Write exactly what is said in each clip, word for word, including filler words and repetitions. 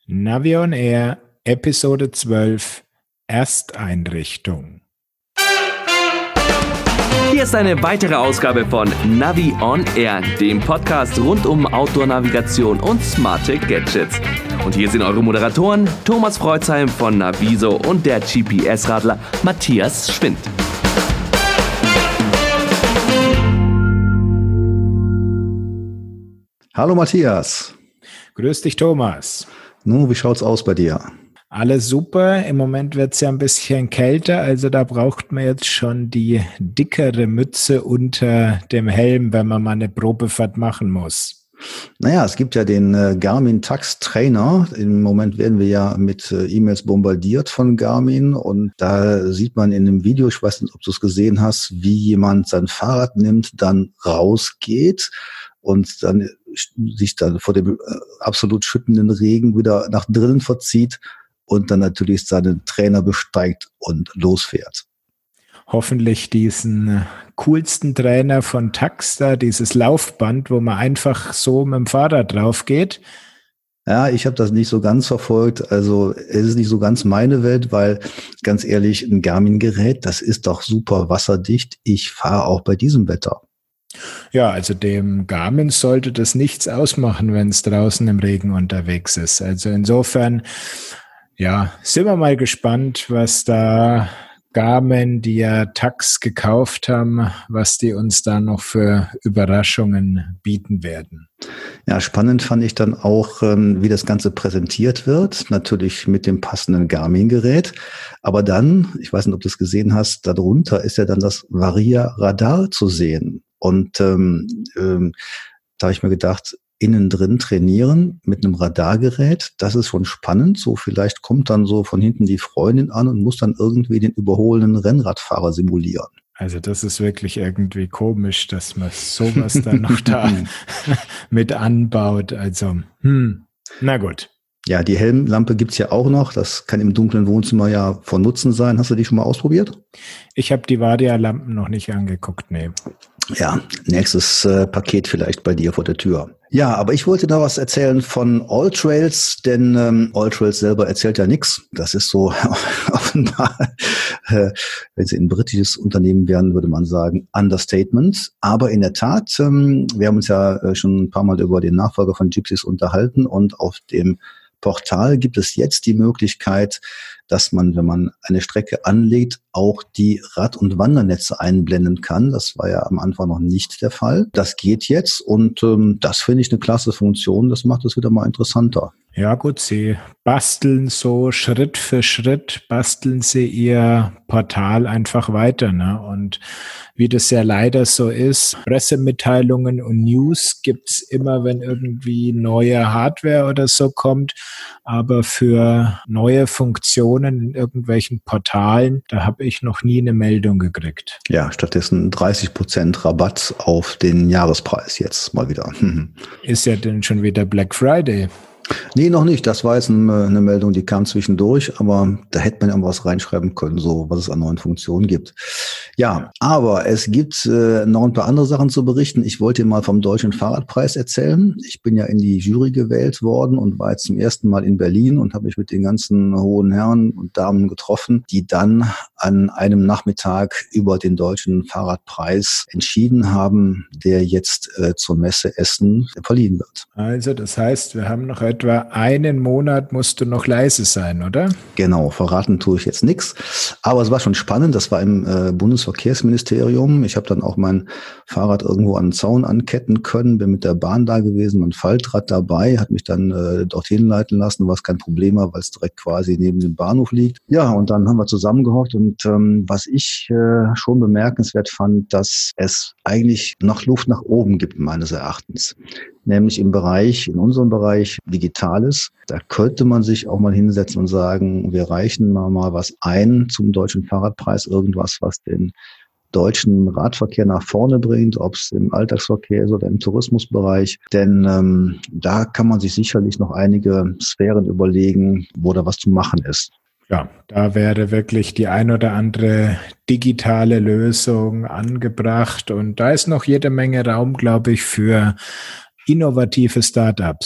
Navi on Air, Episode zwölf, Ersteinrichtung. Hier ist eine weitere Ausgabe von Navi on Air, dem Podcast rund um Outdoor-Navigation und smarte Gadgets. Und hier sind eure Moderatoren Thomas Freuzheim von Naviso und der G P S-Radler Matthias Schwind. Hallo Matthias. Grüß dich, Thomas. Nun, wie schaut's aus bei dir? Alles super. Im Moment wird es ja ein bisschen kälter, also da braucht man jetzt schon die dickere Mütze unter dem Helm, wenn man mal eine Probefahrt machen muss. Naja, es gibt ja den äh, Garmin Tax Trainer. Im Moment werden wir ja mit äh, E-Mails bombardiert von Garmin und da sieht man in einem Video, ich weiß nicht, ob du es gesehen hast, wie jemand sein Fahrrad nimmt, dann rausgeht und dann sich dann vor dem äh, absolut schüttenden Regen wieder nach drinnen verzieht und dann natürlich seinen Trainer besteigt und losfährt. Hoffentlich diesen coolsten Trainer von Tax da, dieses Laufband, wo man einfach so mit dem Fahrrad drauf geht. Ja, ich habe das nicht so ganz verfolgt. Also es ist nicht so ganz meine Welt, weil ganz ehrlich, ein Garmin-Gerät, das ist doch super wasserdicht. Ich fahre auch bei diesem Wetter. Ja, also dem Garmin sollte das nichts ausmachen, wenn es draußen im Regen unterwegs ist. Also insofern, ja, sind wir mal gespannt, was da Garmin, die ja Tax gekauft haben, was die uns da noch für Überraschungen bieten werden. Ja, spannend fand ich dann auch, wie das Ganze präsentiert wird. Natürlich mit dem passenden Garmin-Gerät. Aber dann, ich weiß nicht, ob du es gesehen hast, darunter ist ja dann das Varia Radar zu sehen. Und ähm, ähm, da habe ich mir gedacht, innen drin trainieren mit einem Radargerät, das ist schon spannend. So vielleicht kommt dann so von hinten die Freundin an und muss dann irgendwie den überholenden Rennradfahrer simulieren. Also das ist wirklich irgendwie komisch, dass man sowas dann noch da mit anbaut. Also, hm, na gut. Ja, die Helmlampe gibt's ja auch noch. Das kann im dunklen Wohnzimmer ja von Nutzen sein. Hast du die schon mal ausprobiert? Ich habe die Varia-Lampen noch nicht angeguckt, nee. Ja, nächstes äh, Paket vielleicht bei dir vor der Tür. Ja, aber ich wollte da was erzählen von AllTrails, denn ähm, AllTrails selber erzählt ja nichts. Das ist so offenbar, äh, wenn sie ein britisches Unternehmen wären, würde man sagen, Understatement. Aber in der Tat, ähm, wir haben uns ja äh, schon ein paar Mal über den Nachfolger von Gypsys unterhalten und auf dem Portal gibt es jetzt die Möglichkeit, dass man, wenn man eine Strecke anlegt, auch die Rad- und Wandernetze einblenden kann. Das war ja am Anfang noch nicht der Fall. Das geht jetzt und ähm, das finde ich eine klasse Funktion. Das macht es wieder mal interessanter. Ja gut, sie basteln so Schritt für Schritt, basteln sie ihr Portal einfach weiter, ne? Und wie das ja leider so ist, Pressemitteilungen und News gibt's immer, wenn irgendwie neue Hardware oder so kommt. Aber für neue Funktionen in irgendwelchen Portalen, da habe ich noch nie eine Meldung gekriegt. Ja, stattdessen dreißig Prozent Rabatt auf den Jahrespreis jetzt mal wieder. Ist ja denn schon wieder Black Friday? Nee, noch nicht. Das war jetzt eine, eine Meldung, die kam zwischendurch, aber da hätte man ja was reinschreiben können, so was es an neuen Funktionen gibt. Ja, aber es gibt äh, noch ein paar andere Sachen zu berichten. Ich wollte dir mal vom Deutschen Fahrradpreis erzählen. Ich bin ja in die Jury gewählt worden und war jetzt zum ersten Mal in Berlin und habe mich mit den ganzen hohen Herren und Damen getroffen, die dann an einem Nachmittag über den Deutschen Fahrradpreis entschieden haben, der jetzt äh, zur Messe Essen verliehen wird. Also das heißt, wir haben noch etwa einen Monat musst du noch leise sein, oder? Genau, verraten tue ich jetzt nichts. Aber es war schon spannend. Das war im äh, Bundesverkehrsministerium. Ich habe dann auch mein Fahrrad irgendwo an den Zaun anketten können, bin mit der Bahn da gewesen, mein Faltrad dabei, hat mich dann äh, dorthin leiten lassen, was kein Problem war, weil es direkt quasi neben dem Bahnhof liegt. Ja, und dann haben wir zusammengehockt und ähm, was ich äh, schon bemerkenswert fand, dass es eigentlich noch Luft nach oben gibt, meines Erachtens. Nämlich im Bereich, in unserem Bereich Digitales. Da könnte man sich auch mal hinsetzen und sagen, wir reichen mal, mal was ein zum Deutschen Fahrradpreis, irgendwas, was den deutschen Radverkehr nach vorne bringt, ob es im Alltagsverkehr ist oder im Tourismusbereich. Denn ähm, da kann man sich sicherlich noch einige Sphären überlegen, wo da was zu machen ist. Ja, da wäre wirklich die ein oder andere digitale Lösung angebracht. Und da ist noch jede Menge Raum, glaube ich, für innovative Startups.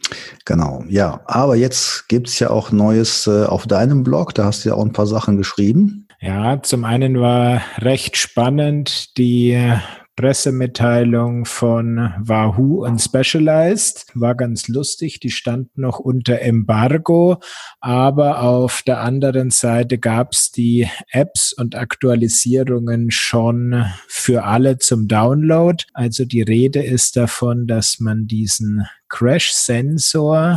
Genau, ja. Aber jetzt gibt's ja auch Neues äh, auf deinem Blog. Da hast du ja auch ein paar Sachen geschrieben. Ja, zum einen war recht spannend die Pressemitteilung von Wahoo und Specialized. War ganz lustig, die stand noch unter Embargo, aber auf der anderen Seite gab's die Apps und Aktualisierungen schon für alle zum Download. Also die Rede ist davon, dass man diesen Crash-Sensor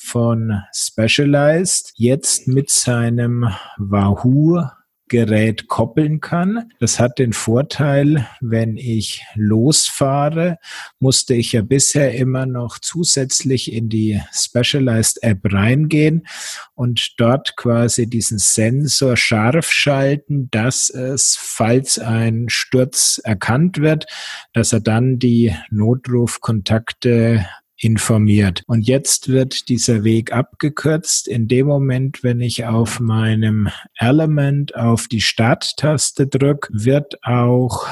von Specialized jetzt mit seinem Wahoo Gerät koppeln kann. Das hat den Vorteil, wenn ich losfahre, musste ich ja bisher immer noch zusätzlich in die Specialized App reingehen und dort quasi diesen Sensor scharf schalten, dass es, falls ein Sturz erkannt wird, dass er dann die Notrufkontakte informiert. Und jetzt wird dieser Weg abgekürzt. In dem Moment, wenn ich auf meinem Element auf die Starttaste drücke, wird auch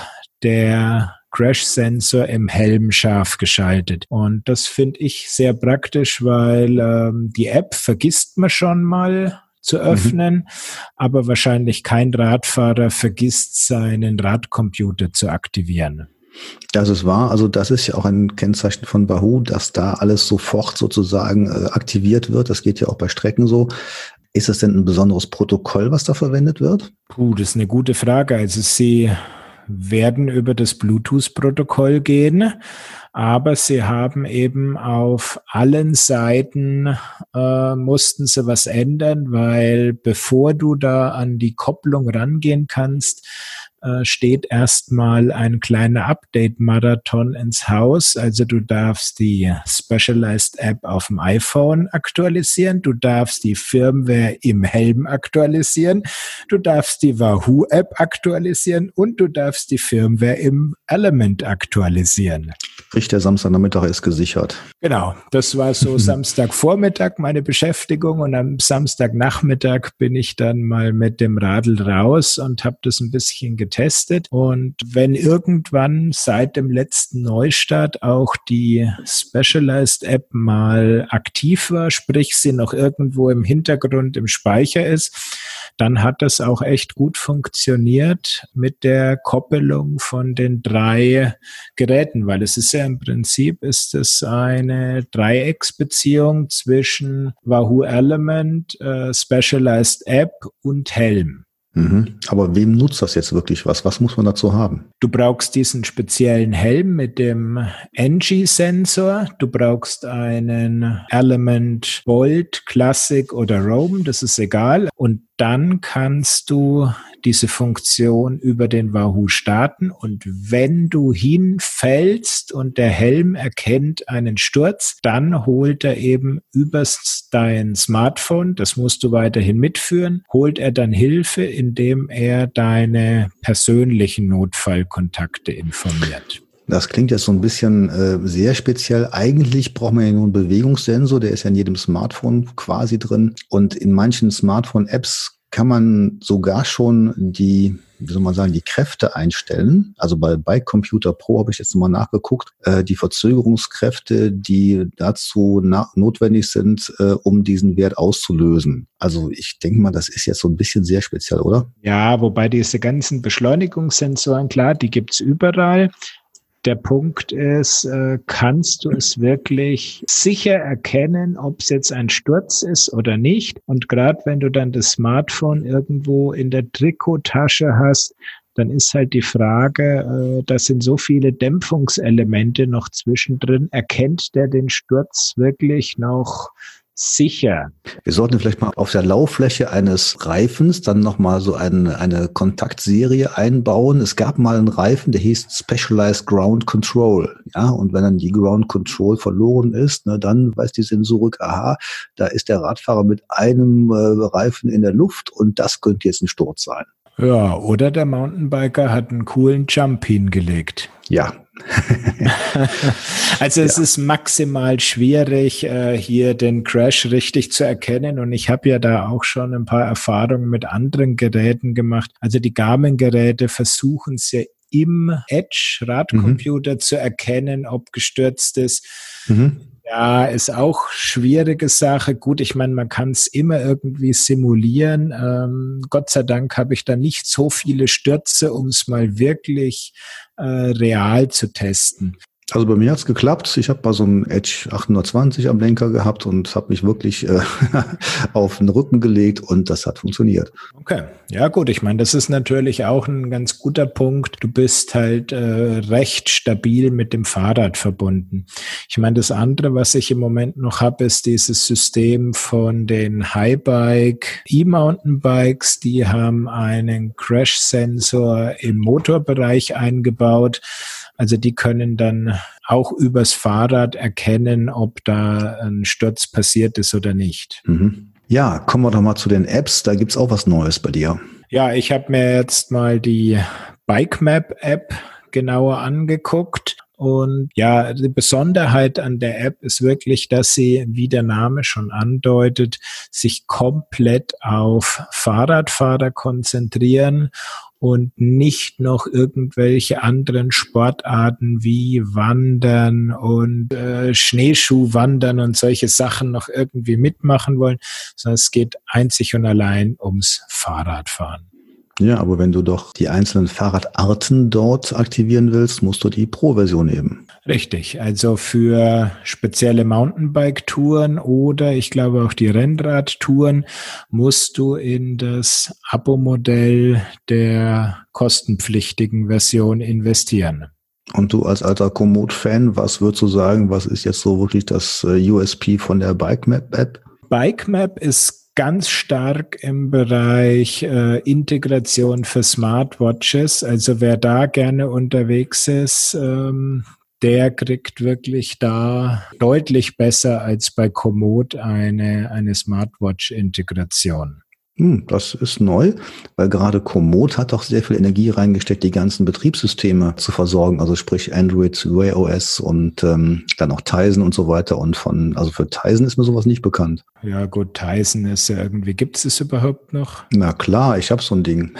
der Crash-Sensor im Helm scharf geschaltet. Und das finde ich sehr praktisch, weil ähm, die App vergisst man schon mal zu öffnen, mhm. aber wahrscheinlich kein Radfahrer vergisst, seinen Radcomputer zu aktivieren. Das ist wahr. Also das ist ja auch ein Kennzeichen von Wahoo, dass da alles sofort sozusagen äh, aktiviert wird. Das geht ja auch bei Strecken so. Ist das denn ein besonderes Protokoll, was da verwendet wird? Puh, das ist eine gute Frage. Also sie werden über das Bluetooth-Protokoll gehen, aber sie haben eben auf allen Seiten äh, mussten sie was ändern, weil bevor du da an die Kopplung rangehen kannst, steht erstmal ein kleiner Update-Marathon ins Haus. Also du darfst die Specialized App auf dem iPhone aktualisieren, du darfst die Firmware im Helm aktualisieren, du darfst die Wahoo App aktualisieren und du darfst die Firmware im Element aktualisieren. Sprich, der Samstagnachmittag ist gesichert. Genau, das war so Samstagvormittag meine Beschäftigung und am Samstagnachmittag bin ich dann mal mit dem Radl raus und habe das ein bisschen getestet. Und wenn irgendwann seit dem letzten Neustart auch die Specialized App mal aktiv war, sprich sie noch irgendwo im Hintergrund im Speicher ist, dann hat das auch echt gut funktioniert mit der Koppelung von den drei Geräten, weil es ist ja im Prinzip ist es eine Dreiecksbeziehung zwischen Wahoo Element, äh, Specialized App und Helm. Mhm. Aber wem nutzt das jetzt wirklich was? Was muss man dazu haben? Du brauchst diesen speziellen Helm mit dem N G-Sensor. Du brauchst einen Element Bolt, Classic oder Roam, das ist egal. Und dann kannst du diese Funktion über den Wahoo starten. Und wenn du hinfällst und der Helm erkennt einen Sturz, dann holt er eben über dein Smartphone, das musst du weiterhin mitführen, holt er dann Hilfe, indem er deine persönlichen Notfallkontakte informiert. Das klingt jetzt so ein bisschen äh, sehr speziell. Eigentlich braucht man ja nur einen Bewegungssensor, der ist ja in jedem Smartphone quasi drin. Und in manchen Smartphone-Apps kann man sogar schon die, wie soll man sagen, die Kräfte einstellen. Also bei Bike Computer Pro habe ich jetzt mal nachgeguckt, äh, die Verzögerungskräfte, die dazu na- notwendig sind, äh, um diesen Wert auszulösen. Also ich denke mal, das ist jetzt so ein bisschen sehr speziell, oder? Ja, wobei diese ganzen Beschleunigungssensoren, klar, die gibt's überall. Der Punkt ist, äh, kannst du es wirklich sicher erkennen, ob es jetzt ein Sturz ist oder nicht? Und gerade wenn du dann das Smartphone irgendwo in der Trikottasche hast, dann ist halt die Frage, äh, da sind so viele Dämpfungselemente noch zwischendrin. Erkennt der den Sturz wirklich noch sicher? Wir sollten vielleicht mal auf der Lauffläche eines Reifens dann nochmal so eine, eine Kontaktserie einbauen. Es gab mal einen Reifen, der hieß Specialized Ground Control. Ja, und wenn dann die Ground Control verloren ist, ne, dann weiß die Sensorik, aha, da ist der Radfahrer mit einem äh, Reifen in der Luft und das könnte jetzt ein Sturz sein. Ja, oder der Mountainbiker hat einen coolen Jump hingelegt. Ja. Also es ja. ist maximal schwierig, äh, hier den Crash richtig zu erkennen. Und ich habe ja da auch schon ein paar Erfahrungen mit anderen Geräten gemacht. Also die Garmin-Geräte versuchen es ja im Edge-Radcomputer mhm. zu erkennen, ob gestürzt ist. Mhm. Ja, ist auch schwierige Sache. Gut, ich meine, man kann es immer irgendwie simulieren. Ähm, Gott sei Dank habe ich da nicht so viele Stürze, um es mal wirklich äh, real zu testen. Also bei mir hat's geklappt. Ich habe mal so einen Edge achthundertzwanzig am Lenker gehabt und habe mich wirklich äh, auf den Rücken gelegt und das hat funktioniert. Okay, ja gut. Ich meine, das ist natürlich auch ein ganz guter Punkt. Du bist halt äh, recht stabil mit dem Fahrrad verbunden. Ich meine, das andere, was ich im Moment noch habe, ist dieses System von den Highbike E-Mountainbikes. Die haben einen Crash-Sensor im Motorbereich eingebaut. Also die können dann auch übers Fahrrad erkennen, ob da ein Sturz passiert ist oder nicht. Mhm. Ja, kommen wir doch mal zu den Apps. Da gibt's auch was Neues bei dir. Ja, ich habe mir jetzt mal die Bikemap-App genauer angeguckt. Und ja, die Besonderheit an der App ist wirklich, dass sie, wie der Name schon andeutet, sich komplett auf Fahrradfahrer konzentrieren und nicht noch irgendwelche anderen Sportarten wie Wandern und äh, Schneeschuhwandern und solche Sachen noch irgendwie mitmachen wollen, sondern es geht einzig und allein ums Fahrradfahren. Ja, aber wenn du doch die einzelnen Fahrradarten dort aktivieren willst, musst du die Pro-Version nehmen. Richtig, also für spezielle Mountainbike-Touren oder ich glaube auch die Rennradtouren musst du in das Abo-Modell der kostenpflichtigen Version investieren. Und du als alter Komoot-Fan, was würdest du sagen, was ist jetzt so wirklich das U S P von der Bikemap-App? Bikemap ist ganz stark im Bereich äh, Integration für Smartwatches. Also wer da gerne unterwegs ist, ähm, der kriegt wirklich da deutlich besser als bei Komoot eine, eine Smartwatch-Integration. Hm, das ist neu, weil gerade Komoot hat doch sehr viel Energie reingesteckt, die ganzen Betriebssysteme zu versorgen, also sprich Android, Wear O S und ähm, dann auch Tizen und so weiter. Und von, also für Tizen ist mir sowas nicht bekannt. Ja gut, Tizen ist ja irgendwie, gibt es es überhaupt noch? Na klar, ich habe so ein Ding.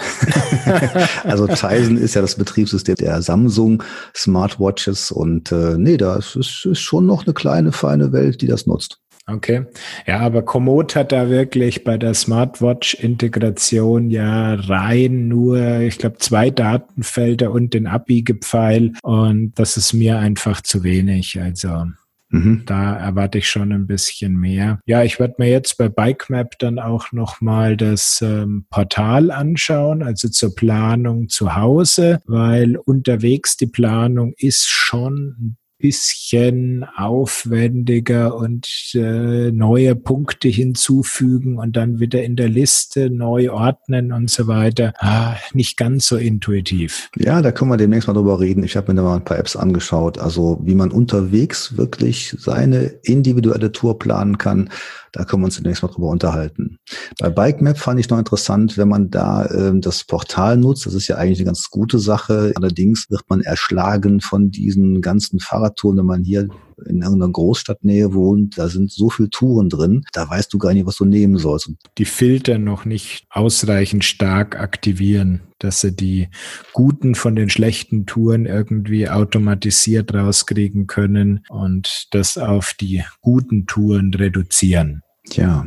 Also Tizen ist ja das Betriebssystem der Samsung Smartwatches und äh, nee, da ist, ist schon noch eine kleine, feine Welt, die das nutzt. Okay. Ja, aber Komoot hat da wirklich bei der Smartwatch-Integration ja rein nur, ich glaube, zwei Datenfelder und den Abbiegebpfeil und das ist mir einfach zu wenig. Also mhm. da erwarte ich schon ein bisschen mehr. Ja, ich werde mir jetzt bei Bikemap dann auch nochmal das ähm, Portal anschauen, also zur Planung zu Hause, weil unterwegs die Planung ist schon ein bisschen aufwendiger und äh, neue Punkte hinzufügen und dann wieder in der Liste neu ordnen und so weiter. Ah, nicht ganz so intuitiv. Ja, da können wir demnächst mal drüber reden. Ich habe mir da mal ein paar Apps angeschaut, also wie man unterwegs wirklich seine individuelle Tour planen kann. Da können wir uns demnächst mal drüber unterhalten. Bei Bikemap fand ich noch interessant, wenn man da äh, das Portal nutzt. Das ist ja eigentlich eine ganz gute Sache. Allerdings wird man erschlagen von diesen ganzen Fahrradtouren, wenn man hier in irgendeiner Großstadtnähe wohnt. Da sind so viele Touren drin. Da weißt du gar nicht, was du nehmen sollst. Die Filter noch nicht ausreichend stark aktivieren, dass sie die guten von den schlechten Touren irgendwie automatisiert rauskriegen können und das auf die guten Touren reduzieren. Tja,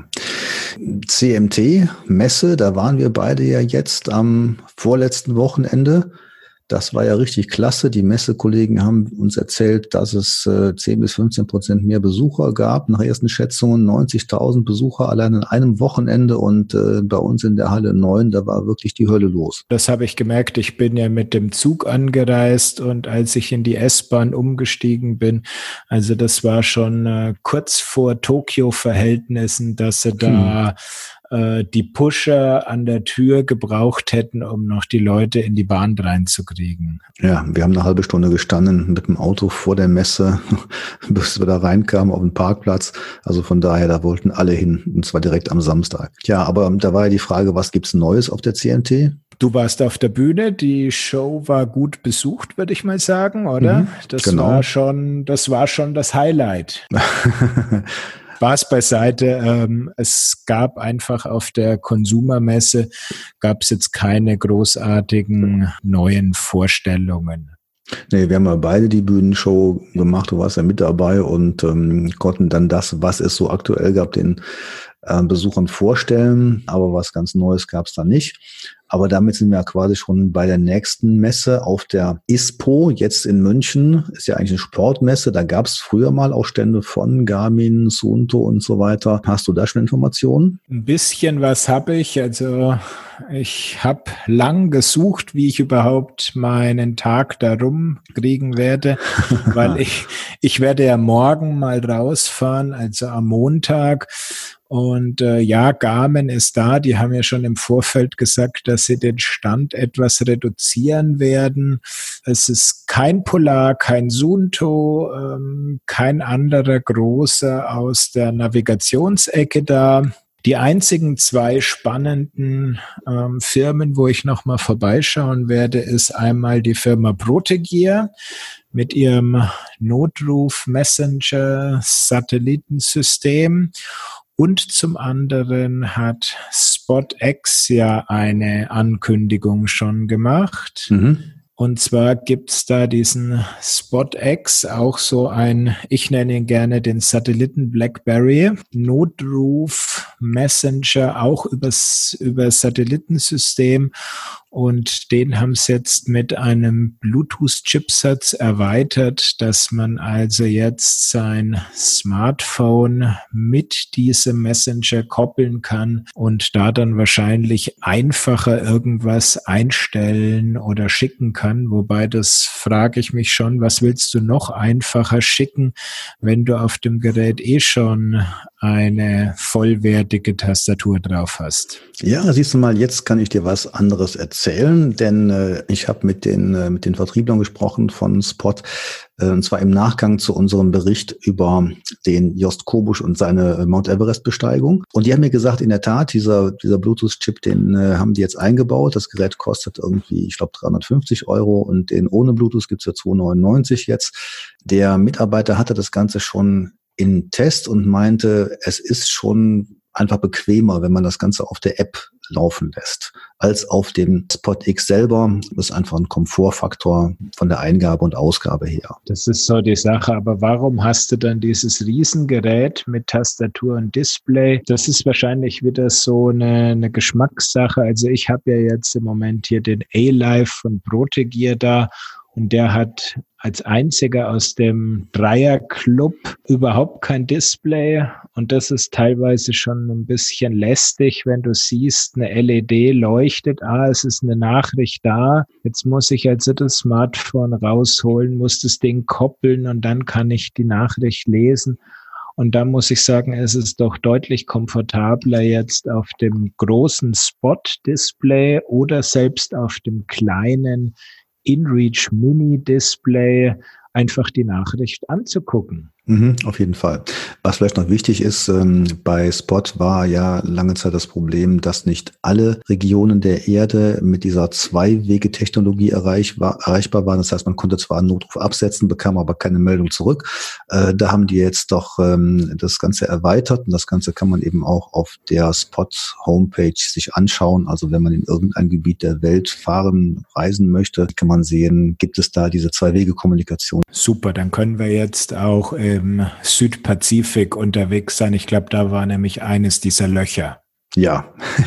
C M T, Messe, da waren wir beide ja jetzt am vorletzten Wochenende. Das war ja richtig klasse. Die Messekollegen haben uns erzählt, dass es äh, zehn bis fünfzehn Prozent mehr Besucher gab. Nach ersten Schätzungen neunzigtausend Besucher allein an einem Wochenende und äh, bei uns in der Halle neun, da war wirklich die Hölle los. Das habe ich gemerkt. Ich bin ja mit dem Zug angereist und als ich in die S-Bahn umgestiegen bin, also das war schon äh, kurz vor Tokio-Verhältnissen, dass sie da hm. die Pusher an der Tür gebraucht hätten, um noch die Leute in die Bahn reinzukriegen. Ja, wir haben eine halbe Stunde gestanden mit dem Auto vor der Messe, bis wir da reinkamen auf den Parkplatz. Also von daher, da wollten alle hin, und zwar direkt am Samstag. Ja, aber da war ja die Frage, was gibt's Neues auf der C M T? Du warst auf der Bühne, die Show war gut besucht, würde ich mal sagen, oder? Mhm, das genau. war schon, das war schon das Highlight. Spaß beiseite. Ähm, es gab einfach auf der Consumer-Messe, gab es jetzt keine großartigen neuen Vorstellungen. Nee, wir haben ja beide die Bühnenshow gemacht, du warst ja mit dabei und ähm, konnten dann das, was es so aktuell gab, den äh, Besuchern vorstellen, aber was ganz Neues gab es da nicht. Aber damit sind wir ja quasi schon bei der nächsten Messe auf der ISPO, jetzt in München, ist ja eigentlich eine Sportmesse, da gab es früher mal auch Stände von Garmin, Suunto und so weiter. Hast du da schon Informationen? Ein bisschen was habe ich, also ich habe lang gesucht, wie ich überhaupt meinen Tag da rumkriegen werde, weil ich, ich werde ja morgen mal rausfahren, also am Montag. Und äh, ja, Garmin ist da. Die haben ja schon im Vorfeld gesagt, dass sie den Stand etwas reduzieren werden. Es ist kein Polar, kein Suunto, ähm, kein anderer großer aus der Navigationsecke da. Die einzigen zwei spannenden ähm, Firmen, wo ich nochmal vorbeischauen werde, ist einmal die Firma Protegear mit ihrem Notruf-Messenger-Satellitensystem. Und zum anderen hat SpotX ja eine Ankündigung schon gemacht. Mhm. Und zwar gibt's da diesen SpotX, auch so ein, ich nenne ihn gerne den Satelliten BlackBerry, Notruf, Messenger, auch übers, über Satellitensystem. Und den haben sie jetzt mit einem Bluetooth-Chipsatz erweitert, dass man also jetzt sein Smartphone mit diesem Messenger koppeln kann und da dann wahrscheinlich einfacher irgendwas einstellen oder schicken kann. Wobei, das frage ich mich schon, was willst du noch einfacher schicken, wenn du auf dem Gerät eh schon eine vollwertige Tastatur drauf hast? Ja, siehst du mal, jetzt kann ich dir was anderes erzählen, denn äh, ich habe mit den äh, mit den Vertrieblern gesprochen von Spot, äh, und zwar im Nachgang zu unserem Bericht über den Jost Kobusch und seine äh, Mount Everest-Besteigung. Und die haben mir gesagt, in der Tat, dieser dieser Bluetooth-Chip, den äh, haben die jetzt eingebaut. Das Gerät kostet irgendwie, ich glaube, dreihundertfünfzig Euro und den ohne Bluetooth gibt's für zweihundertneunundneunzig jetzt. Der Mitarbeiter hatte das Ganze schon in Test und meinte, es ist schon einfach bequemer, wenn man das Ganze auf der App laufen lässt, als auf dem SpotX selber. Das ist einfach ein Komfortfaktor von der Eingabe und Ausgabe her. Das ist so die Sache. Aber warum hast du dann dieses Riesengerät mit Tastatur und Display? Das ist wahrscheinlich wieder so eine, eine Geschmackssache. Also ich habe ja jetzt im Moment hier den A-Live von Protegear da. Und der hat als einziger aus dem Dreier-Club überhaupt kein Display. Und das ist teilweise schon ein bisschen lästig, wenn du siehst, eine L E D leuchtet. Ah, es ist eine Nachricht da. Jetzt muss ich also das Smartphone rausholen, muss das Ding koppeln und dann kann ich die Nachricht lesen. Und da muss ich sagen, es ist doch deutlich komfortabler jetzt auf dem großen Spot-Display oder selbst auf dem kleinen InReach Mini-Display einfach die Nachricht anzugucken. Mhm, auf jeden Fall. Was vielleicht noch wichtig ist, ähm, bei Spot war ja lange Zeit das Problem, dass nicht alle Regionen der Erde mit dieser Zwei-Wege-Technologie erreich war, erreichbar waren. Das heißt, man konnte zwar einen Notruf absetzen, bekam aber keine Meldung zurück. Äh, da haben die jetzt doch ähm, das Ganze erweitert und das Ganze kann man eben auch auf der Spot-Homepage sich anschauen. Also wenn man in irgendein Gebiet der Welt fahren, reisen möchte, kann man sehen, gibt es da diese Zwei-Wege-Kommunikation. Super, dann können wir jetzt auch äh, im Südpazifik unterwegs sein. Ich glaube, da war nämlich eines dieser Löcher. Ja.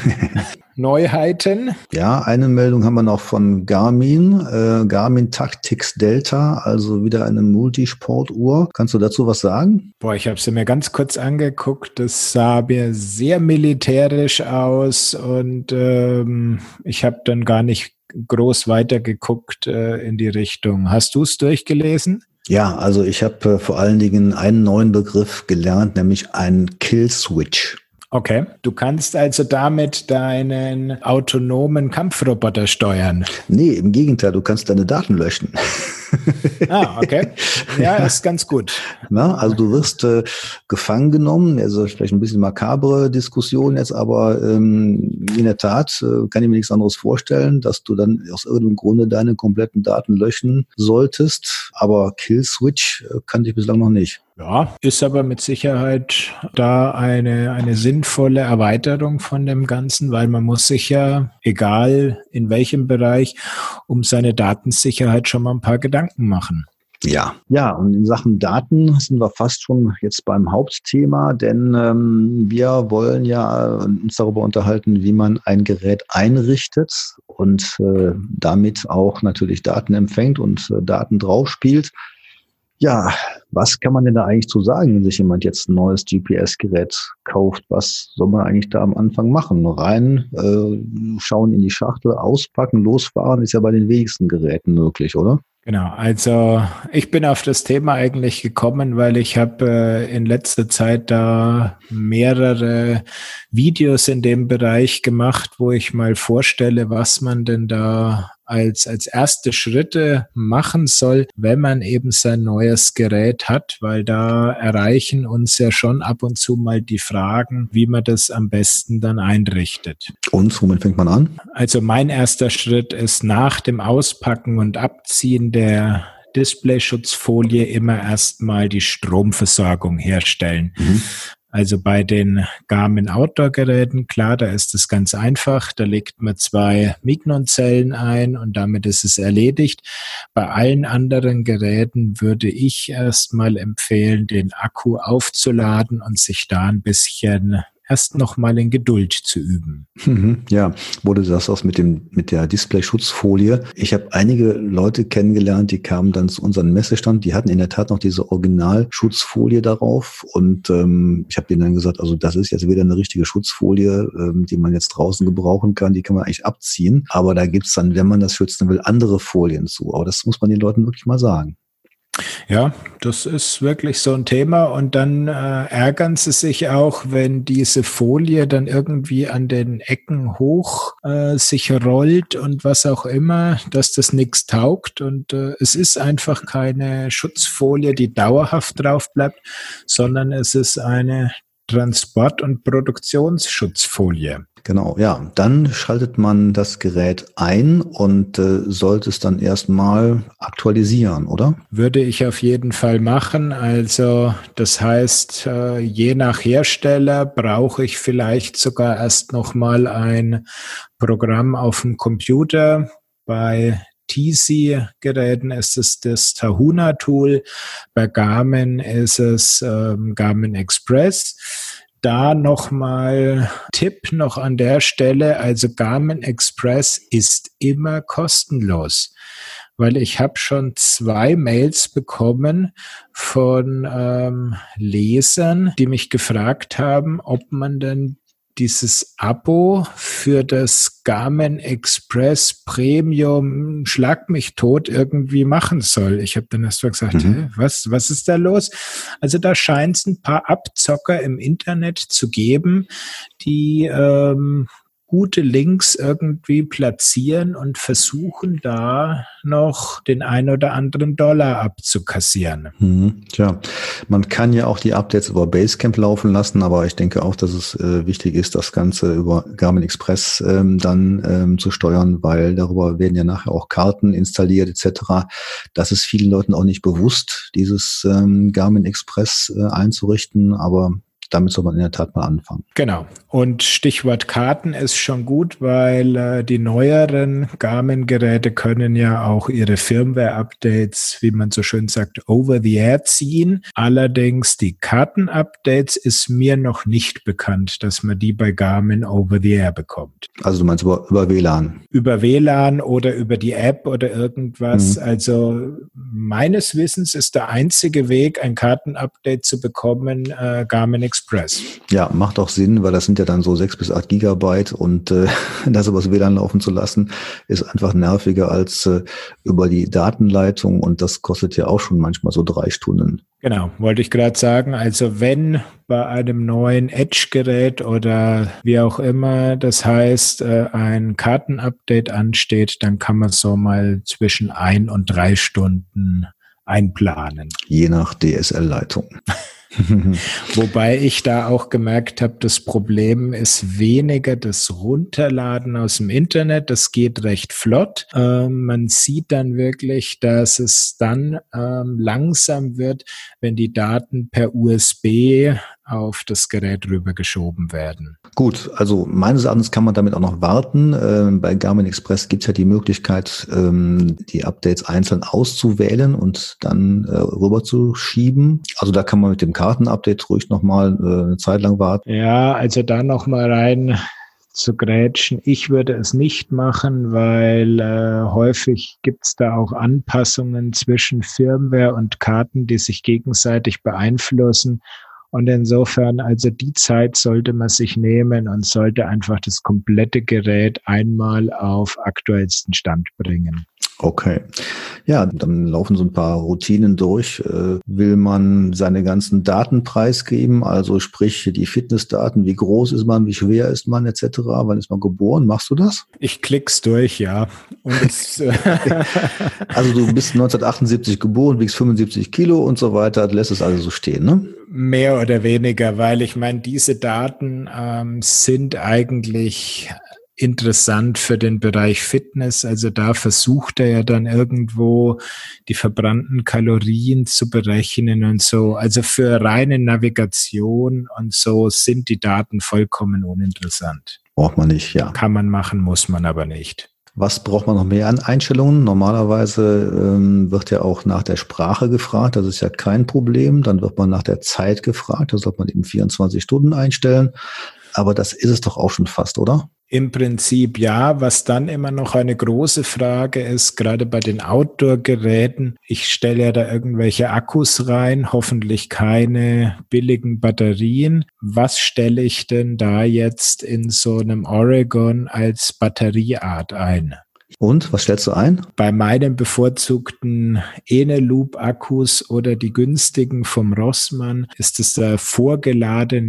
Neuheiten? Ja, eine Meldung haben wir noch von Garmin. Äh, Garmin Tactix Delta, also wieder eine Multisportuhr. Kannst du dazu was sagen? Boah, ich habe sie mir ganz kurz angeguckt. Das sah mir sehr militärisch aus und ähm, ich habe dann gar nicht groß weitergeguckt äh, in die Richtung. Hast du es durchgelesen? Ja, also ich habe äh, vor allen Dingen einen neuen Begriff gelernt, nämlich einen Kill-Switch. Okay, du kannst also damit deinen autonomen Kampfroboter steuern. Nee, im Gegenteil, du kannst deine Daten löschen. Ah, okay. Ja, ist ganz gut. Na, also du wirst äh, gefangen genommen, also vielleicht ein bisschen makabre Diskussion jetzt, aber ähm, in der Tat äh, kann ich mir nichts anderes vorstellen, dass du dann aus irgendeinem Grunde deine kompletten Daten löschen solltest, aber Killswitch äh, kannte ich bislang noch nicht. Ja, ist aber mit Sicherheit da eine, eine sinnvolle Erweiterung von dem Ganzen, weil man muss sich ja, egal in welchem Bereich, um seine Datensicherheit schon mal ein paar Gedanken machen. Ja, ja, und in Sachen Daten sind wir fast schon jetzt beim Hauptthema, denn ähm, wir wollen ja uns darüber unterhalten, wie man ein Gerät einrichtet und äh, damit auch natürlich Daten empfängt und äh, Daten draufspielt. Ja, was kann man denn da eigentlich zu sagen, wenn sich jemand jetzt ein neues G P S-Gerät kauft? Was soll man eigentlich da am Anfang machen? Rein, äh, schauen in die Schachtel, auspacken, losfahren, ist ja bei den wenigsten Geräten möglich, oder? Genau, also ich bin auf das Thema eigentlich gekommen, weil ich habe äh, in letzter Zeit da mehrere Videos in dem Bereich gemacht, wo ich mal vorstelle, was man denn da als als erste Schritte machen soll, wenn man eben sein neues Gerät hat, weil da erreichen uns ja schon ab und zu mal die Fragen, wie man das am besten dann einrichtet. Und womit fängt man an? Also mein erster Schritt ist nach dem Auspacken und Abziehen der Displayschutzfolie immer erstmal die Stromversorgung herstellen. Mhm. Also bei den Garmin Outdoor-Geräten, klar, da ist es ganz einfach. Da legt man zwei Mignon-Zellen ein und damit ist es erledigt. Bei allen anderen Geräten würde ich erstmal empfehlen, den Akku aufzuladen und sich da ein bisschen erst noch mal in Geduld zu üben. Ja, wurde das auch mit dem mit der Display-Schutzfolie. Ich habe einige Leute kennengelernt, die kamen dann zu unserem Messestand, die hatten in der Tat noch diese Original-Schutzfolie darauf und ähm, ich habe denen dann gesagt, also das ist jetzt wieder eine richtige Schutzfolie, ähm, die man jetzt draußen gebrauchen kann, die kann man eigentlich abziehen, aber da gibt's dann, wenn man das schützen will, andere Folien zu, aber das muss man den Leuten wirklich mal sagen. Ja, das ist wirklich so ein Thema und dann äh, ärgern sie sich auch, wenn diese Folie dann irgendwie an den Ecken hoch äh, sich rollt und was auch immer, dass das nichts taugt und äh, es ist einfach keine Schutzfolie, die dauerhaft drauf bleibt, sondern es ist eine Transport- und Produktionsschutzfolie. Genau, ja. Dann schaltet man das Gerät ein und äh, sollte es dann erstmal aktualisieren, oder? Würde ich auf jeden Fall machen. Also das heißt, äh, je nach Hersteller brauche ich vielleicht sogar erst nochmal ein Programm auf dem Computer. Bei T C-Geräten ist es das Tahuna-Tool. Bei Garmin ist es ähm, Garmin Express. Da nochmal Tipp noch an der Stelle, also Garmin Express ist immer kostenlos, weil ich habe schon zwei Mails bekommen von ähm, Lesern, die mich gefragt haben, ob man denn dieses Abo für das Garmin Express Premium Schlag mich tot irgendwie machen soll. Ich habe dann erst mal gesagt, mhm. hey, was, was ist da los? Also da scheint es ein paar Abzocker im Internet zu geben, die ähm, gute Links irgendwie platzieren und versuchen da noch den ein oder anderen Dollar abzukassieren. Mhm, tja, man kann ja auch die Updates über Basecamp laufen lassen, aber ich denke auch, dass es äh, wichtig ist, das Ganze über Garmin Express ähm, dann ähm, zu steuern, weil darüber werden ja nachher auch Karten installiert et cetera. Das ist vielen Leuten auch nicht bewusst, dieses ähm, Garmin Express äh, einzurichten, aber damit soll man in der Tat mal anfangen. Genau. Und Stichwort Karten ist schon gut, weil äh, die neueren Garmin-Geräte können ja auch ihre Firmware-Updates, wie man so schön sagt, over the air ziehen. Allerdings die Karten-Updates ist mir noch nicht bekannt, dass man die bei Garmin over the air bekommt. Also du meinst über, über W L A N? Über W L A N oder über die App oder irgendwas. Mhm. Also meines Wissens ist der einzige Weg, ein Karten-Update zu bekommen, äh, Garmin Express. Ja, macht auch Sinn, weil das sind ja dann so sechs bis acht Gigabyte und äh, das übers W L A N laufen zu lassen, ist einfach nerviger als äh, über die Datenleitung und das kostet ja auch schon manchmal so drei Stunden. Genau, wollte ich gerade sagen. Also wenn bei einem neuen Edge-Gerät oder wie auch immer, das heißt, äh, ein Kartenupdate ansteht, dann kann man so mal zwischen ein und drei Stunden einplanen. Je nach D S L-Leitung. Wobei ich da auch gemerkt habe, das Problem ist weniger das Runterladen aus dem Internet. Das geht recht flott. Ähm, man sieht dann wirklich, dass es dann ähm, langsam wird, wenn die Daten per U S B auf das Gerät rübergeschoben werden. Gut, also meines Erachtens kann man damit auch noch warten. Ähm, bei Garmin Express gibt es ja die Möglichkeit, ähm, die Updates einzeln auszuwählen und dann äh, rüberzuschieben. Also da kann man mit dem Karten-Update ruhig nochmal äh, eine Zeit lang warten. Ja, also da nochmal rein zu grätschen. Ich würde es nicht machen, weil äh, häufig gibt es da auch Anpassungen zwischen Firmware und Karten, die sich gegenseitig beeinflussen. Und insofern, also die Zeit sollte man sich nehmen und sollte einfach das komplette Gerät einmal auf aktuellsten Stand bringen. Okay. Ja, dann laufen so ein paar Routinen durch. Äh, will man seine ganzen Daten preisgeben, also sprich die Fitnessdaten, wie groß ist man, wie schwer ist man et cetera, wann ist man geboren, machst du das? Ich klick's durch, ja. Und es, also du bist neunzehnhundertachtundsiebzig geboren, wiegst fünfundsiebzig Kilo und so weiter, lässt es also so stehen, ne? Mehr oder weniger, weil ich meine, diese Daten ähm, sind eigentlich interessant für den Bereich Fitness. Also da versucht er ja dann irgendwo die verbrannten Kalorien zu berechnen und so. Also für reine Navigation und so sind die Daten vollkommen uninteressant. Braucht man nicht, ja. Kann man machen, muss man aber nicht. Was braucht man noch mehr an Einstellungen? Normalerweise ähm, wird ja auch nach der Sprache gefragt. Das ist ja kein Problem. Dann wird man nach der Zeit gefragt. Da sollte man eben vierundzwanzig Stunden einstellen. Aber das ist es doch auch schon fast, oder? Im Prinzip ja, was dann immer noch eine große Frage ist, gerade bei den Outdoor-Geräten, ich stelle ja da irgendwelche Akkus rein, hoffentlich keine billigen Batterien. Was stelle ich denn da jetzt in so einem Oregon als Batterieart ein? Und, was stellst du ein? Bei meinen bevorzugten Eneloop-Akkus oder die günstigen vom Rossmann ist es der vorgeladene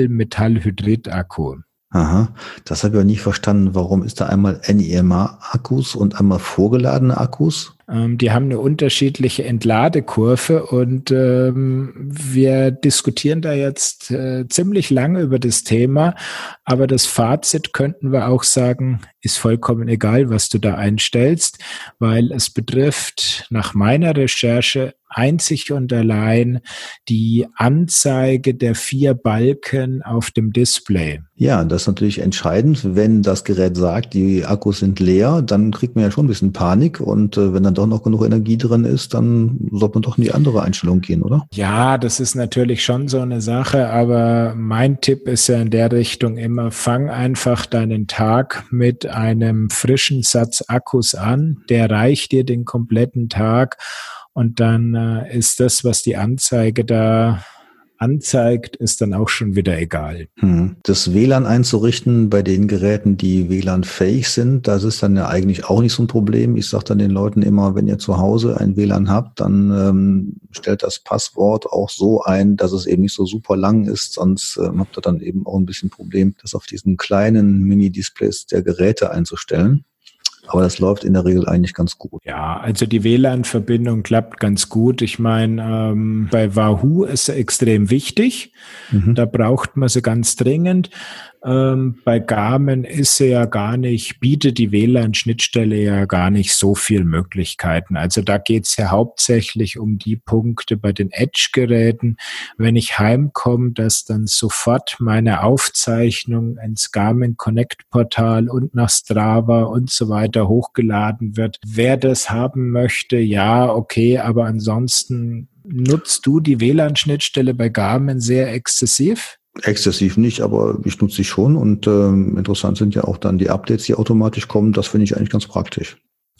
Nickel-Metallhydrid-Akku. Aha, das habe ich auch nie verstanden. Warum ist da einmal N I M A-Akkus und einmal vorgeladene Akkus? Ähm, die haben eine unterschiedliche Entladekurve und ähm, wir diskutieren da jetzt äh, ziemlich lange über das Thema, aber das Fazit könnten wir auch sagen, ist vollkommen egal, was du da einstellst, weil es betrifft nach meiner Recherche einzig und allein die Anzeige der vier Balken auf dem Display. Ja, das ist natürlich entscheidend. Wenn das Gerät sagt, die Akkus sind leer, dann kriegt man ja schon ein bisschen Panik. Und äh, wenn dann doch noch genug Energie drin ist, dann sollte man doch in die andere Einstellung gehen, oder? Ja, das ist natürlich schon so eine Sache, aber mein Tipp ist ja in der Richtung immer, fang einfach deinen Tag mit einem frischen Satz Akkus an. Der reicht dir den kompletten Tag. Und dann äh, ist das, was die Anzeige da anzeigt, ist dann auch schon wieder egal. Hm. Das W L A N einzurichten bei den Geräten, die W L A N-fähig sind, das ist dann ja eigentlich auch nicht so ein Problem. Ich sage dann den Leuten immer, wenn ihr zu Hause ein W L A N habt, dann ähm, stellt das Passwort auch so ein, dass es eben nicht so super lang ist, sonst ähm, habt ihr dann eben auch ein bisschen Problem, das auf diesen kleinen Mini-Displays der Geräte einzustellen. Aber das läuft in der Regel eigentlich ganz gut. Ja, also die W L A N-Verbindung klappt ganz gut. Ich meine, ähm, bei Wahoo ist sie extrem wichtig. Mhm. Da braucht man sie ganz dringend. Ähm, bei Garmin ist sie ja gar nicht, bietet die W L A N-Schnittstelle ja gar nicht so viel Möglichkeiten. Also da geht's ja hauptsächlich um die Punkte bei den Edge-Geräten. Wenn ich heimkomme, dass dann sofort meine Aufzeichnung ins Garmin Connect-Portal und nach Strava und so weiter hochgeladen wird. Wer das haben möchte, ja, okay, aber ansonsten nutzt du die W L A N-Schnittstelle bei Garmin sehr exzessiv? Exzessiv nicht, aber ich nutze sie schon und ähm, interessant sind ja auch dann die Updates, die automatisch kommen. Das finde ich eigentlich ganz praktisch.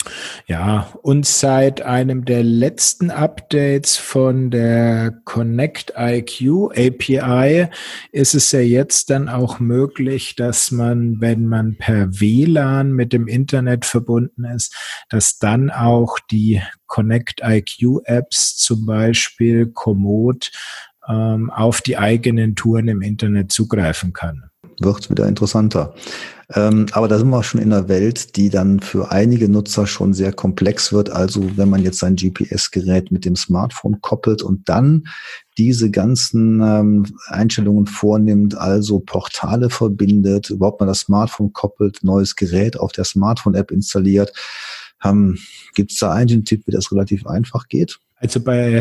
Ja, und seit einem der letzten Updates von der Connect I Q A P I ist es ja jetzt dann auch möglich, dass man, wenn man per W L A N mit dem Internet verbunden ist, dass dann auch die Connect I Q Apps, zum Beispiel Komoot, ähm, auf die eigenen Touren im Internet zugreifen kann. Wird wieder interessanter. Ähm, aber da sind wir schon in einer Welt, die dann für einige Nutzer schon sehr komplex wird. Also wenn man jetzt sein G P S-Gerät mit dem Smartphone koppelt und dann diese ganzen ähm, Einstellungen vornimmt, also Portale verbindet, überhaupt mal das Smartphone koppelt, neues Gerät auf der Smartphone-App installiert. Ähm, Gibt es da einen Tipp, wie das relativ einfach geht? Also bei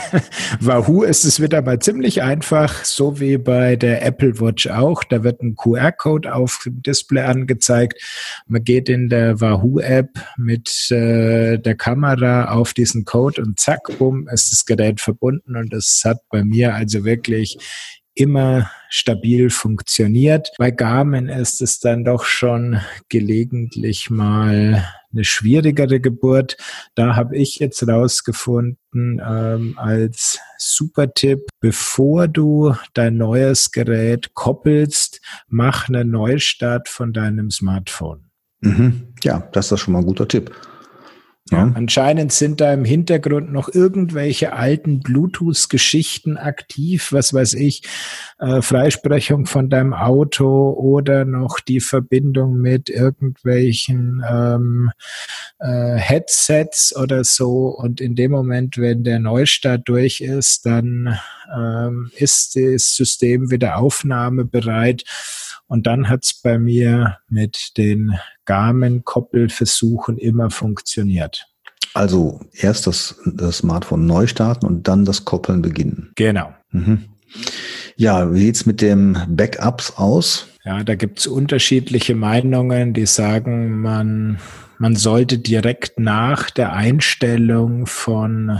Wahoo ist es wieder mal ziemlich einfach, so wie bei der Apple Watch auch. Da wird ein Q R-Code auf dem Display angezeigt. Man geht in der Wahoo-App mit äh, der Kamera auf diesen Code und zack, bumm, ist das Gerät verbunden. Und das hat bei mir also wirklich immer stabil funktioniert. Bei Garmin ist es dann doch schon gelegentlich mal eine schwierigere Geburt. Da habe ich jetzt rausgefunden ähm, als Super-Tipp, bevor du dein neues Gerät koppelst, mach einen Neustart von deinem Smartphone. Mhm. Ja, das ist schon mal ein guter Tipp. Ja. Anscheinend sind da im Hintergrund noch irgendwelche alten Bluetooth-Geschichten aktiv, was weiß ich, äh, Freisprechung von deinem Auto oder noch die Verbindung mit irgendwelchen ähm, äh, Headsets oder so. Und in dem Moment, wenn der Neustart durch ist, dann ähm, ist das System wieder aufnahmebereit. Und dann hat es bei mir mit den Garmin-Koppelversuchen immer funktioniert. Also erst das, das Smartphone neu starten und dann das Koppeln beginnen. Genau. Mhm. Ja, wie sieht's mit dem Backups aus? Ja, da gibt's unterschiedliche Meinungen, die sagen, man, man sollte direkt nach der Einstellung von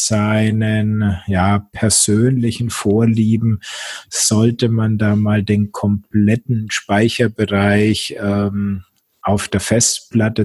seinen ja persönlichen Vorlieben sollte man da mal den kompletten Speicherbereich ähm, auf der Festplatte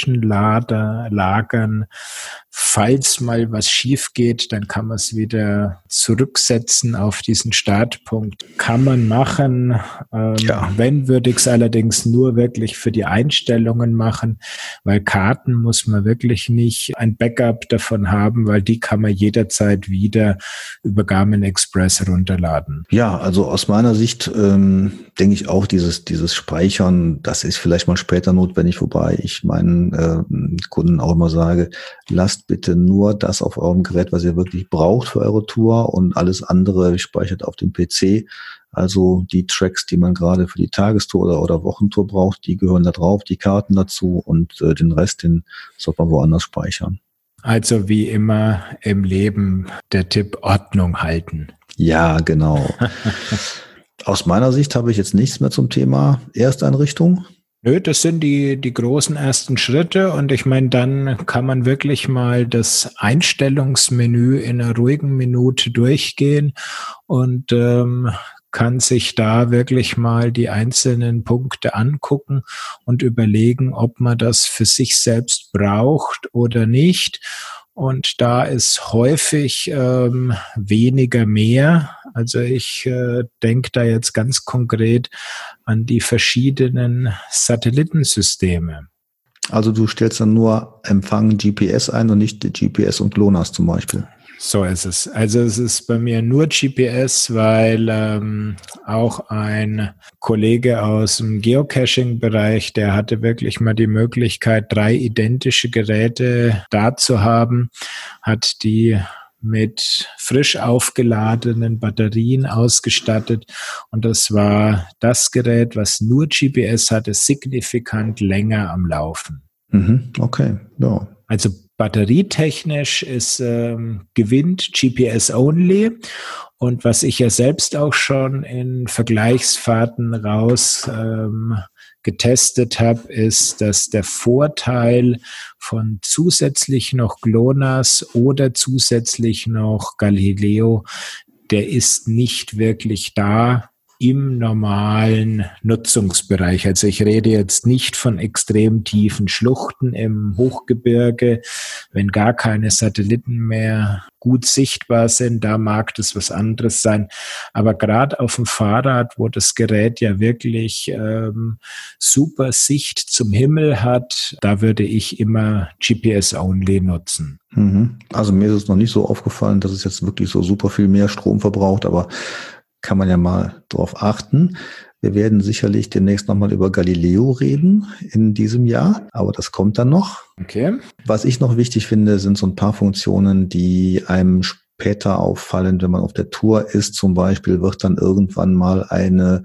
zwischenlagern. Falls mal was schief geht, dann kann man es wieder zurücksetzen auf diesen Startpunkt. Kann man machen. Ähm, ja. Wenn, würde ich es allerdings nur wirklich für die Einstellungen machen, weil Karten muss man wirklich nicht ein Backup davon haben, weil die kann man jederzeit wieder über Garmin Express runterladen. Ja, also aus meiner Sicht ähm, denke ich auch, dieses, dieses Speichern, das ist vielleicht mal später notwendig, wobei ich meinen äh, Kunden auch immer sage, lasst bitte nur das auf eurem Gerät, was ihr wirklich braucht für eure Tour, und alles andere speichert auf dem P C. Also die Tracks, die man gerade für die Tagestour oder, oder Wochentour braucht, die gehören da drauf, die Karten dazu, und äh, den Rest, den sollte man woanders speichern. Also wie immer im Leben der Tipp: Ordnung halten. Ja, genau. Aus meiner Sicht habe ich jetzt nichts mehr zum Thema Ersteinrichtung. Nö, das sind die, die großen ersten Schritte, und ich meine, dann kann man wirklich mal das Einstellungsmenü in einer ruhigen Minute durchgehen und ähm, kann sich da wirklich mal die einzelnen Punkte angucken und überlegen, ob man das für sich selbst braucht oder nicht. Und da ist häufig ähm, weniger mehr. Also ich äh, denke da jetzt ganz konkret an die verschiedenen Satellitensysteme. Also du stellst dann nur Empfang G P S ein und nicht G P S und GLONASS zum Beispiel? So ist es. Also es ist bei mir nur G P S, weil ähm, auch ein Kollege aus dem Geocaching-Bereich, der hatte wirklich mal die Möglichkeit, drei identische Geräte da zu haben, hat die mit frisch aufgeladenen Batterien ausgestattet, und das war das Gerät, was nur G P S hatte, signifikant länger am Laufen. Mhm, okay, ja. Also batterietechnisch ist ähm, gewinnt G P S only, und was ich ja selbst auch schon in Vergleichsfahrten raus ähm, getestet habe, ist, dass der Vorteil von zusätzlich noch GLONASS oder zusätzlich noch Galileo, der ist nicht wirklich da. im normalen Nutzungsbereich. Also ich rede jetzt nicht von extrem tiefen Schluchten im Hochgebirge, wenn gar keine Satelliten mehr gut sichtbar sind, da mag das was anderes sein. Aber gerade auf dem Fahrrad, wo das Gerät ja wirklich ähm, super Sicht zum Himmel hat, da würde ich immer G P S-only nutzen. Also mir ist es noch nicht so aufgefallen, dass es jetzt wirklich so super viel mehr Strom verbraucht, aber kann man ja mal drauf achten. Wir werden sicherlich demnächst nochmal über Galileo reden in diesem Jahr, aber das kommt dann noch. Okay. Was ich noch wichtig finde, sind so ein paar Funktionen, die einem später auffallen, wenn man auf der Tour ist. Zum Beispiel wird dann irgendwann mal eine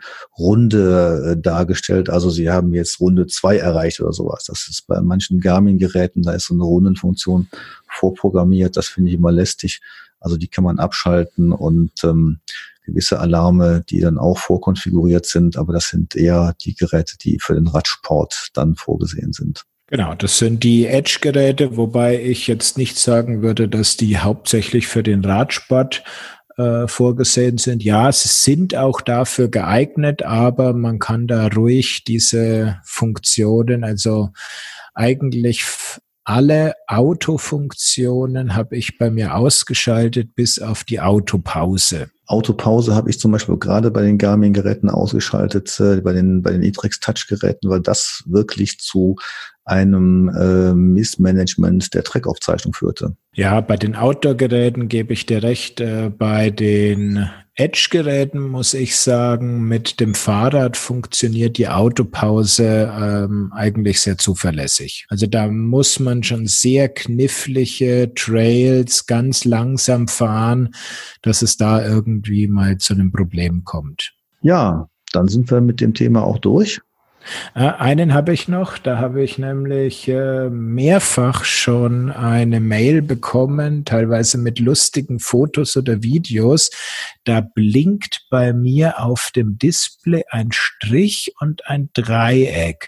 Runde äh, dargestellt. Also Sie haben jetzt Runde zwei erreicht oder sowas. Das ist bei manchen Garmin-Geräten, da ist so eine Rundenfunktion vorprogrammiert. Das finde ich immer lästig. Also die kann man abschalten und ähm, gewisse Alarme, die dann auch vorkonfiguriert sind. Aber das sind eher die Geräte, die für den Radsport dann vorgesehen sind. Genau, das sind die Edge-Geräte, wobei ich jetzt nicht sagen würde, dass die hauptsächlich für den Radsport äh, vorgesehen sind. Ja, sie sind auch dafür geeignet, aber man kann da ruhig diese Funktionen, also eigentlich alle Autofunktionen habe ich bei mir ausgeschaltet, bis auf die Autopause. Autopause habe ich zum Beispiel gerade bei den Garmin-Geräten ausgeschaltet, äh, bei den bei den iTrex-Touch-Geräten, weil das wirklich zu einem äh, Missmanagement der Trackaufzeichnung führte. Ja, bei den Outdoor-Geräten gebe ich dir recht. Äh, bei den Edge-Geräten muss ich sagen, mit dem Fahrrad funktioniert die Autopause ähm, eigentlich sehr zuverlässig. Also da muss man schon sehr knifflige Trails ganz langsam fahren, dass es da irgendwie mal zu einem Problem kommt. Ja, dann sind wir mit dem Thema auch durch. Äh, einen habe ich noch, da habe ich nämlich äh, mehrfach schon eine Mail bekommen, teilweise mit lustigen Fotos oder Videos. Da blinkt bei mir auf dem Display ein Strich und ein Dreieck.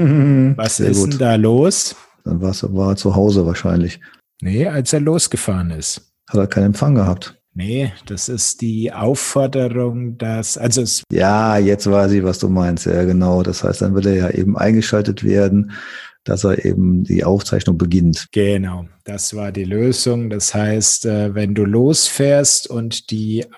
Was Sehr ist gut. denn da los? Dann war's, war er zu Hause wahrscheinlich. Nee, als er losgefahren ist. Hat er keinen Empfang gehabt? Nee, das ist die Aufforderung, dass, also es Ja, jetzt weiß ich, was du meinst. Ja, genau. Das heißt, dann wird er ja eben eingeschaltet werden, dass er eben die Aufzeichnung beginnt. Genau, das war die Lösung. Das heißt, wenn du losfährst und die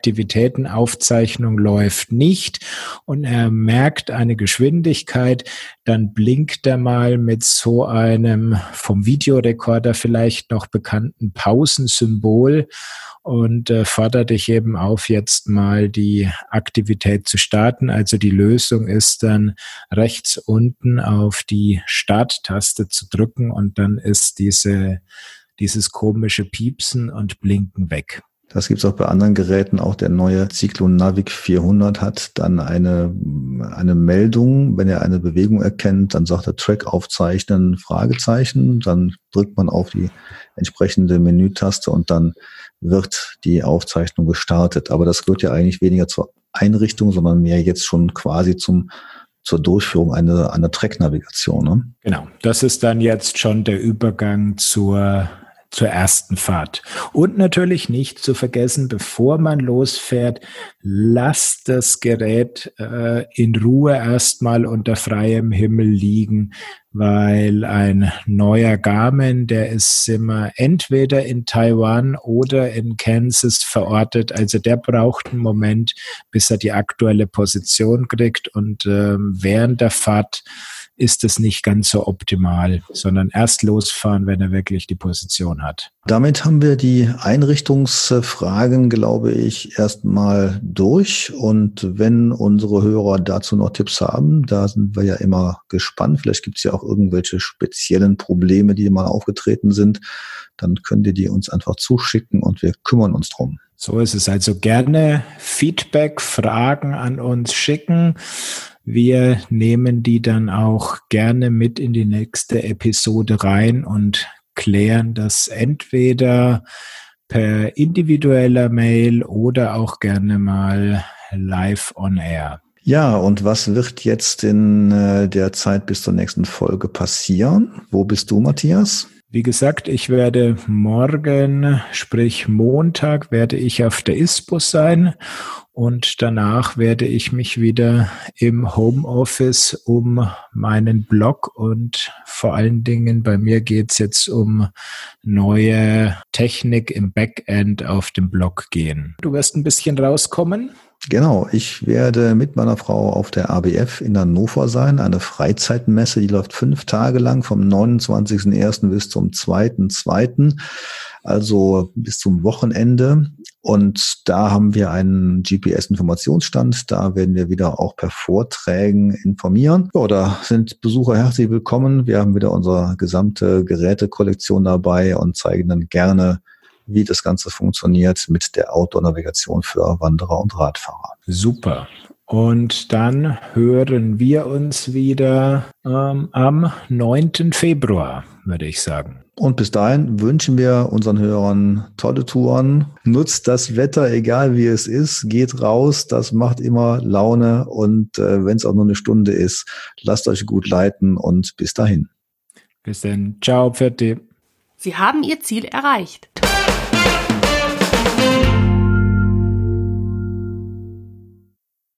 Aktivitätenaufzeichnung läuft nicht und er merkt eine Geschwindigkeit, dann blinkt er mal mit so einem vom Videorekorder vielleicht noch bekannten Pausensymbol und äh, fordert dich eben auf, jetzt mal die Aktivität zu starten. Also die Lösung ist dann rechts unten auf die Starttaste zu drücken und dann ist diese, dieses komische Piepsen und Blinken weg. Das gibt's auch bei anderen Geräten. Auch der neue Cyclone Navic vierhundert hat dann eine, eine Meldung. Wenn er eine Bewegung erkennt, dann sagt er Track aufzeichnen, Fragezeichen. Dann drückt man auf die entsprechende Menütaste und dann wird die Aufzeichnung gestartet. Aber das gehört ja eigentlich weniger zur Einrichtung, sondern mehr jetzt schon quasi zum zur Durchführung einer, einer Track-Navigation. Ne? Genau, das ist dann jetzt schon der Übergang zur zur ersten Fahrt. Und natürlich nicht zu vergessen, bevor man losfährt, lasst das Gerät äh, in Ruhe erstmal unter freiem Himmel liegen, weil ein neuer Garmin, der ist immer entweder in Taiwan oder in Kansas verortet. Also der braucht einen Moment, bis er die aktuelle Position kriegt und ähm, während der Fahrt ist es nicht ganz so optimal, sondern erst losfahren, wenn er wirklich die Position hat. Damit haben wir die Einrichtungsfragen, glaube ich, erstmal durch. Und wenn unsere Hörer dazu noch Tipps haben, da sind wir ja immer gespannt. Vielleicht gibt es ja auch irgendwelche speziellen Probleme, die mal aufgetreten sind. Dann könnt ihr die uns einfach zuschicken und wir kümmern uns drum. So ist es. Also gerne Feedback, Fragen an uns schicken. Wir nehmen die dann auch gerne mit in die nächste Episode rein und klären das entweder per individueller Mail oder auch gerne mal live on air. Ja, und was wird jetzt in äh, der Zeit bis zur nächsten Folge passieren? Wo bist du, Matthias? Wie gesagt, ich werde morgen, sprich Montag, werde ich auf der ISPO sein und danach werde ich mich wieder im Homeoffice um meinen Blog und vor allen Dingen bei mir geht's jetzt um neue Technik im Backend auf dem Blog gehen. Du wirst ein bisschen rauskommen? Genau, ich werde mit meiner Frau auf der A B F in Hannover sein, eine Freizeitmesse, die läuft fünf Tage lang, vom neunundzwanzigsten ersten bis zum zweiten zweiten, also bis zum Wochenende. Und da haben wir einen G P S-Informationsstand, da werden wir wieder auch per Vorträgen informieren. Ja, da sind Besucher herzlich willkommen. Wir haben wieder unsere gesamte Gerätekollektion dabei und zeigen dann gerne, wie das Ganze funktioniert mit der Outdoor-Navigation für Wanderer und Radfahrer. Super. Und dann hören wir uns wieder ähm, am neunten Februar, würde ich sagen. Und bis dahin wünschen wir unseren Hörern tolle Touren. Nutzt das Wetter, egal wie es ist. Geht raus, das macht immer Laune. Und äh, wenn es auch nur eine Stunde ist, lasst euch gut leiten und bis dahin. Bis dann. Ciao, Pfirti. Sie haben Ihr Ziel erreicht.